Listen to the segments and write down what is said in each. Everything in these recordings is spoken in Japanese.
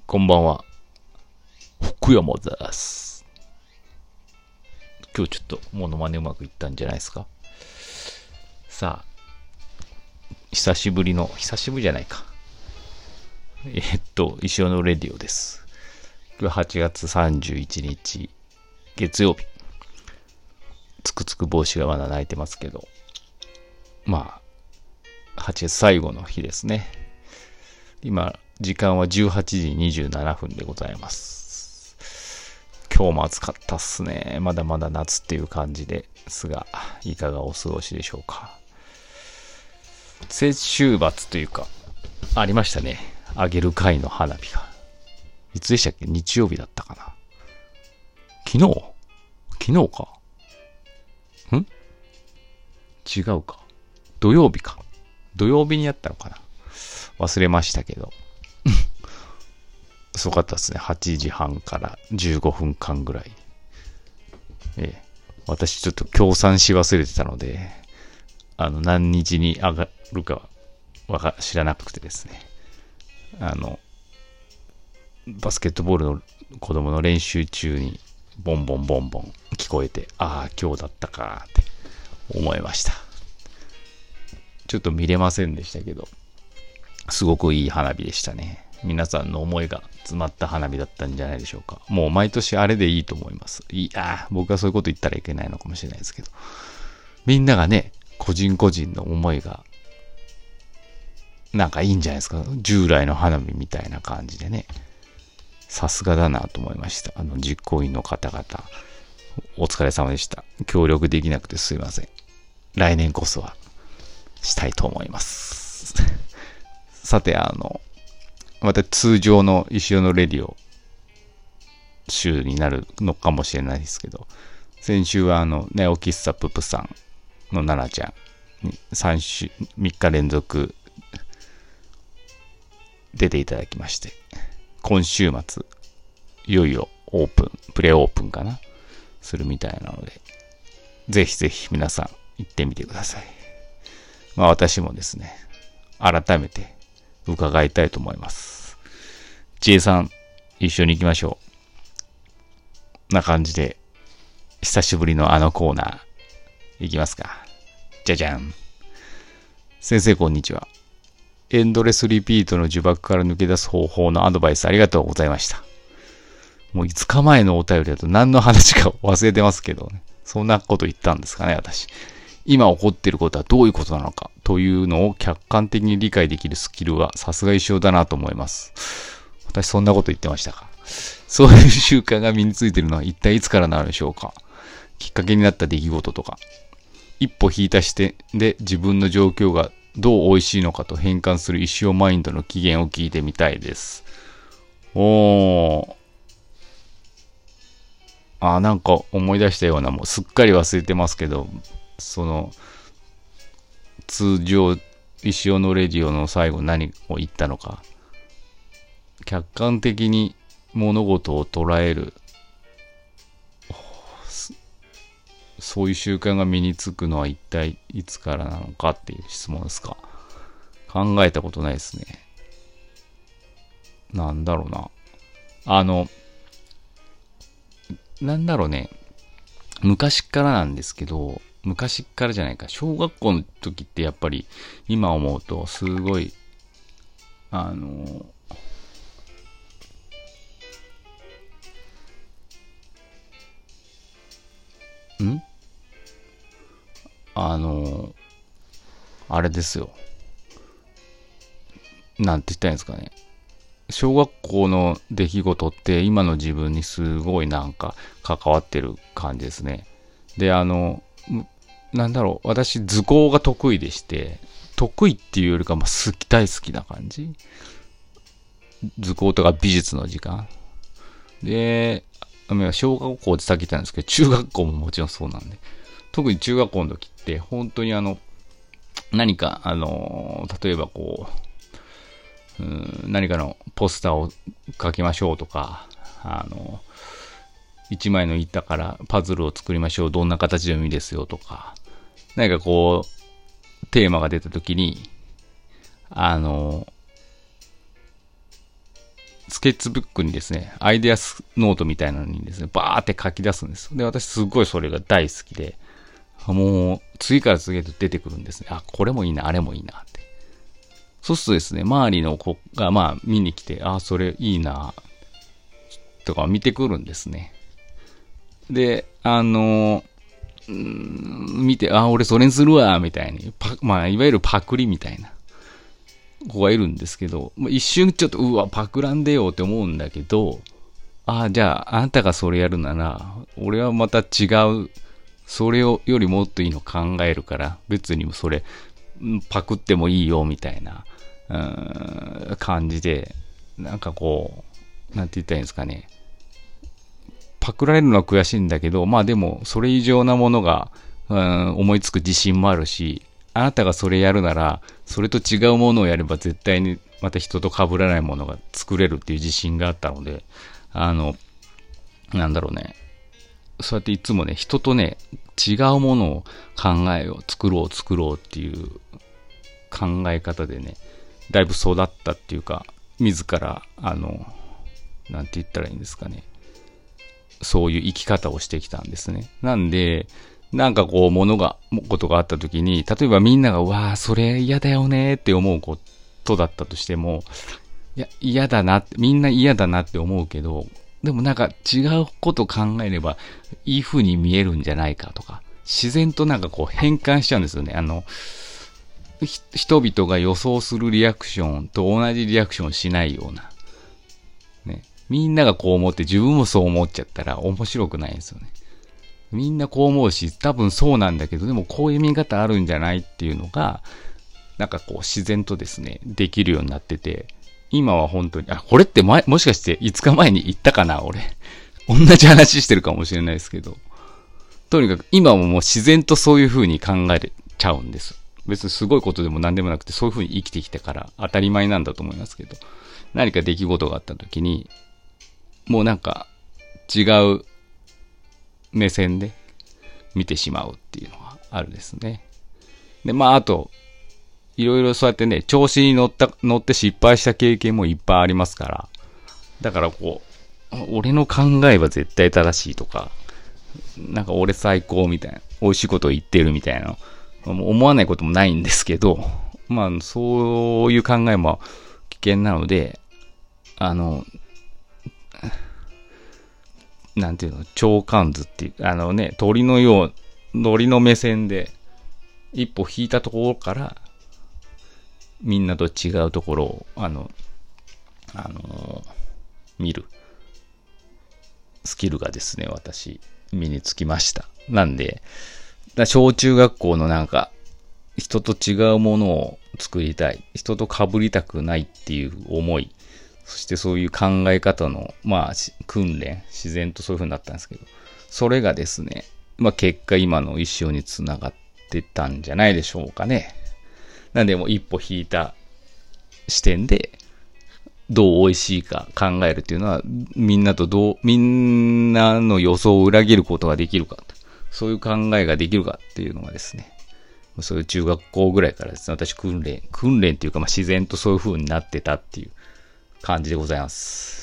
こんばんは、福山です。今日ちょっとモノマネうまくいったんじゃないですか。さあ、久しぶりじゃないか。石尾のレディオです。今日8月31日、月曜日。つくつく帽子がまだ泣いてますけど、まあ、8月最後の日ですね。今、時間は18時27分でございます。今日も暑かったっすね。まだまだ夏っていう感じですが、いかがお過ごしでしょうか。先週末というか、ありましたね。あげる会の花火が。いつでしたっけ？日曜日だったかな。昨日か。違うか。土曜日か。土曜日にやったのかな。忘れましたけど。すごかったですね。8時半から15分間ぐらい。私ちょっと協賛し忘れてたので、何日に上がるか知らなくてですね。バスケットボールの子供の練習中にボンボンボンボン聞こえて、ああ、今日だったかって思いました。ちょっと見れませんでしたけど、すごくいい花火でしたね。皆さんの思いが詰まった花火だったんじゃないでしょうか。もう毎年あれでいいと思います。僕はそういうこと言ったらいけないのかもしれないですけど。みんながね、個人個人の思いが、なんかいいんじゃないですか。従来の花火みたいな感じでね。さすがだなと思いました。実行委員の方々、お疲れ様でした。協力できなくてすいません。来年こそはしたいと思います。さて、また通常の石尾のレディオ週になるのかもしれないですけど、先週はネオ喫茶ププさんの奈々ちゃんに3日連続出ていただきまして、今週末、いよいよプレオープンかなするみたいなので、ぜひぜひ皆さん行ってみてください。まあ私もですね、改めて伺いたいと思います。J さん、一緒に行きましょう。な感じで、久しぶりのコーナー、行きますか。じゃじゃん。先生、こんにちは。エンドレスリピートの呪縛から抜け出す方法のアドバイスありがとうございました。もう5日前のお便りだと何の話か忘れてますけどね。そんなこと言ったんですかね、私。今起こっていることはどういうことなのかというのを客観的に理解できるスキルはさすが一緒だなと思います。私そんなこと言ってましたか。そういう習慣が身についているのは一体いつからなのでしょうか。きっかけになった出来事とか。一歩引いた視点で自分の状況がどう美味しいのかと変換する石尾マインドの起源を聞いてみたいです。なんか思い出したような、もうすっかり忘れてますけど、通常、石尾のレディオの最後何を言ったのか。客観的に物事を捉える、そういう習慣が身につくのは一体いつからなのかっていう質問ですか。考えたことないですね。なんだろうな。なんだろうね。昔からなんですけど、昔からじゃないか。小学校の時ってやっぱり今思うとすごい、あれですよ。なんて言ったらいいんですかね。小学校の出来事って今の自分にすごいなんか関わってる感じですね。で、なんだろう、私図工が得意でして、得意っていうよりか大好きな感じ。図工とか美術の時間。で、小学校でさっき言ったんですけど、中学校ももちろんそうなんで。特に中学校の時って本当に何か例えば何かのポスターを書きましょうとか、一枚の板からパズルを作りましょう。どんな形でもいいですよとか、何かテーマが出た時に、 スケッチブックにですね、アイデアノートみたいなのにですね、バーって書き出すんです。で、私すごいそれが大好きで、もう、次から次へと出てくるんですね。あ、これもいいな、あれもいいなって。そうするとですね、周りの子が見に来て、あ、それいいな、とか見てくるんですね。で、見て、あ、俺それにするわ、みたいに、いわゆるパクリみたいな子がいるんですけど、一瞬ちょっと、うわ、パクらんでよって思うんだけど、あ、じゃあ、あなたがそれやるなら、俺はまた違う、それよりもっといいの考えるから、別にそれ、パクってもいいよ、みたいな、感じで、なんかこう、なんて言ったらいいんですかね。パクられるのは悔しいんだけど、でも、それ以上なものが、思いつく自信もあるし、あなたがそれやるなら、それと違うものをやれば絶対にまた人と被らないものが作れるっていう自信があったので、なんだろうね。そうやっていつもね、人とね、違うものを作ろうっていう考え方でね、だいぶ育ったっていうか、自ら、なんて言ったらいいんですかね。そういう生き方をしてきたんですね。なんで、なんかこう、ことがあった時に、例えばみんなが、うわー、それ嫌だよねって思うことだったとしても、いや、嫌だなって、みんな嫌だなって思うけど、でもなんか違うこと考えれば、いい風に見えるんじゃないかとか、自然となんかこう変換しちゃうんですよね。人々が予想するリアクションと同じリアクションをしないような。ね。みんながこう思って自分もそう思っちゃったら面白くないんですよね。みんなこう思うし、多分そうなんだけど、でもこういう見方あるんじゃないっていうのが、なんかこう自然とですね、できるようになってて、今は本当に、これってもしかして5日前に言ったかな俺。同じ話してるかもしれないですけど。とにかく今ももう自然とそういう風に考えちゃうんです。別にすごいことでも何でもなくて、そういう風に生きてきてから当たり前なんだと思いますけど、何か出来事があった時に、もうなんか違う目線で見てしまうっていうのがあるですね。で、あと、いろいろそうやってね、調子に乗って失敗した経験もいっぱいありますから、だからこう、俺の考えは絶対正しいとか、なんか俺最高みたいな、美味しいことを言ってるみたいな、思わないこともないんですけど、そういう考えも危険なので、なんていうの、鳥観図っていう、鳥の目線で、一歩引いたところから、みんなと違うところを、見る。スキルがですね、私、身につきました。なんで、小中学校のなんか、人と違うものを作りたい。人と被りたくないっていう思い。そしてそういう考え方の、訓練。自然とそういう風になったんですけど。それがですね、結果今の一生につながってたんじゃないでしょうかね。なんでもう一歩引いた視点で、どう美味しいか考えるっていうのは、みんなの予想を裏切ることができるかと。そういう考えができるかっていうのがですね、そういう中学校ぐらいからですね、私訓練っていうか、自然とそういう風になってたっていう感じでございます。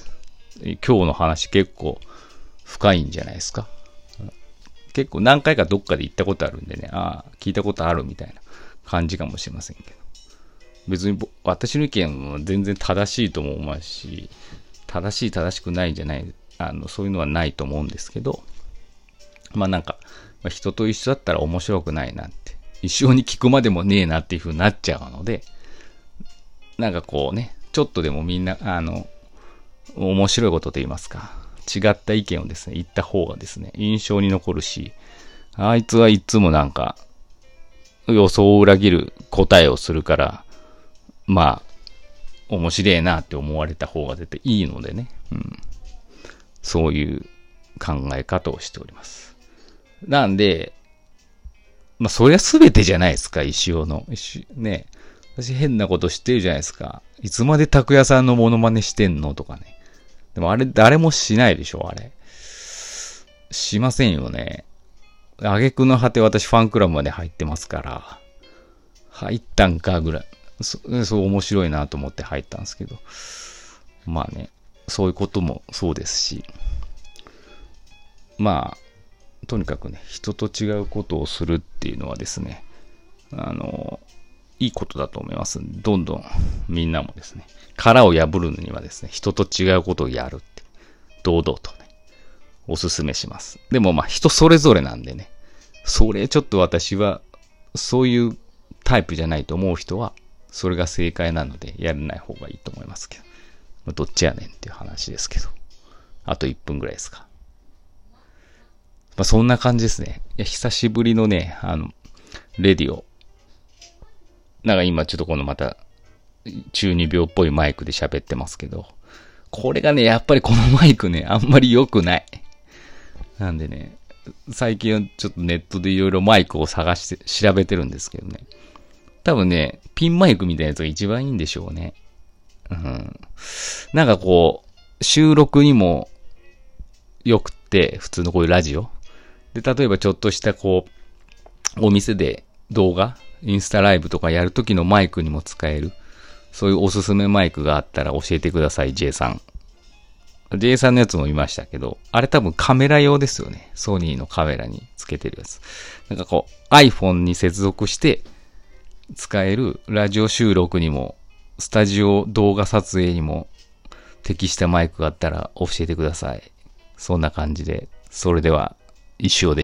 今日の話結構深いんじゃないですか。結構何回かどっかで行ったことあるんでね、聞いたことあるみたいな感じかもしれませんけど。別に私の意見は全然正しいとも思うし、正しくないんじゃない、そういうのはないと思うんですけど、なんか、人と一緒だったら面白くないなって、一生に聞くまでもねえなっていう風になっちゃうので、なんかこうね、ちょっとでもみんな、面白いことと言いますか、違った意見をですね、言った方がですね、印象に残るし、あいつはいつもなんか、予想を裏切る答えをするから、面白いなって思われた方が絶対いいのでね、そういう考え方をしております。なんで、そりゃ全てじゃないですか、石尾の。ね。私変なこと知ってるじゃないですか。いつまで拓也さんのモノマネしてんのとかね。でもあれ、誰もしないでしょ、あれ。しませんよね。挙句の果て私ファンクラブまで入ってますから。入ったんか、ぐらい。そう面白いなと思って入ったんですけど。 そういうこともそうですし、まあ、とにかくね、人と違うことをするっていうのはですね、いいことだと思いますんで、どんどんみんなもですね、殻を破るのにはですね、人と違うことをやるって、堂々とね、おすすめします。でもまあ人それぞれなんでね、それちょっと私は、そういうタイプじゃないと思う人は、それが正解なので、やらない方がいいと思いますけど。まあ、どっちやねんっていう話ですけど。あと1分ぐらいですか。まあそんな感じですね。いや、久しぶりのね、レディオ。なんか今ちょっとこのまた、中二病っぽいマイクで喋ってますけど、これがね、やっぱりこのマイクね、あんまり良くない。なんでね、最近はちょっとネットでいろいろマイクを探して調べてるんですけどね。多分ね、ピンマイクみたいなやつが一番いいんでしょうね。うん。なんかこう、収録にも良くって、普通のこういうラジオ。で、例えばちょっとしたこう、お店で動画、インスタライブとかやるときのマイクにも使える。そういうおすすめマイクがあったら教えてください、J さん。J さんのやつも見ましたけど、あれ多分カメラ用ですよね。ソニーのカメラにつけてるやつ。なんかこう、iPhone に接続して使えるラジオ収録にも、スタジオ動画撮影にも適したマイクがあったら教えてください。そんな感じで、それでは一生で。